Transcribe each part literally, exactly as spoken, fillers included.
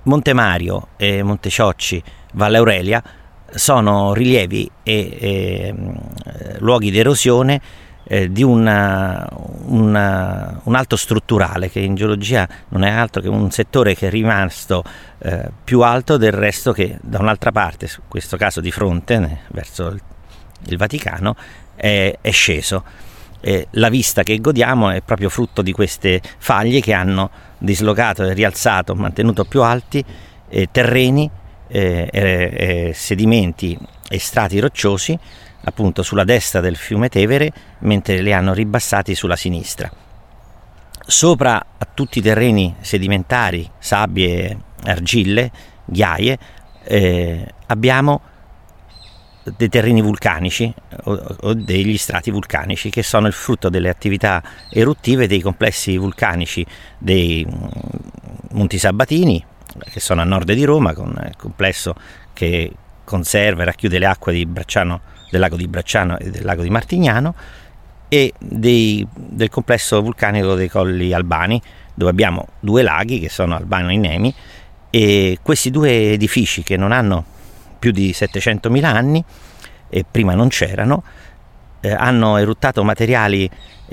Monte Mario e Monte Ciocci, Valle Aurelia sono rilievi e, e luoghi di erosione eh, di una, una, un alto strutturale, che in geologia non è altro che un settore che è rimasto eh, più alto del resto, che da un'altra parte, in questo caso di fronte né, verso il, il Vaticano, è, è sceso. Eh, la vista che godiamo è proprio frutto di queste faglie che hanno dislocato e rialzato, mantenuto più alti eh, terreni, eh, eh, sedimenti e strati rocciosi appunto sulla destra del fiume Tevere, mentre li hanno ribassati sulla sinistra. Sopra a tutti i terreni sedimentari, sabbie, argille, ghiaie, eh, abbiamo dei terreni vulcanici o, o degli strati vulcanici, che sono il frutto delle attività eruttive dei complessi vulcanici dei Monti Sabatini, che sono a nord di Roma, con il complesso che conserva e racchiude le acque di Bracciano, del lago di Bracciano e del lago di Martignano, e dei, del complesso vulcanico dei Colli Albani, dove abbiamo due laghi che sono Albano e Nemi, e questi due edifici, che non hanno più di settecentomila anni e prima non c'erano, eh, hanno eruttato materiali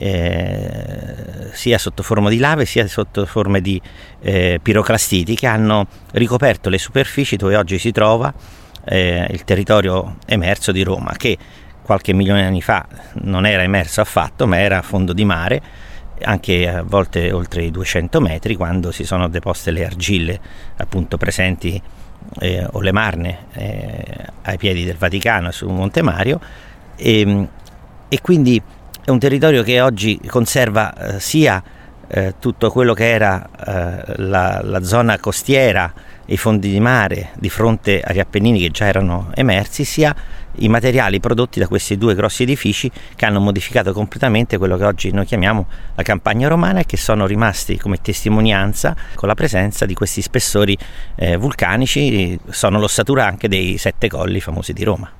eh, sia sotto forma di lave sia sotto forme di eh, piroclastiti, che hanno ricoperto le superfici dove oggi si trova eh, il territorio emerso di Roma, che qualche milione di anni fa non era emerso affatto, ma era a fondo di mare, anche a volte oltre i duecento metri, quando si sono deposte le argille appunto presenti Eh, o le Marne eh, ai piedi del Vaticano e su Monte Mario, e, e quindi è un territorio che oggi conserva eh, sia eh, tutto quello che era eh, la, la zona costiera, i fondi di mare di fronte agli Appennini che già erano emersi, sia i materiali prodotti da questi due grossi edifici, che hanno modificato completamente quello che oggi noi chiamiamo la campagna romana, e che sono rimasti come testimonianza con la presenza di questi spessori eh, vulcanici. Sono l'ossatura anche dei sette colli famosi di Roma.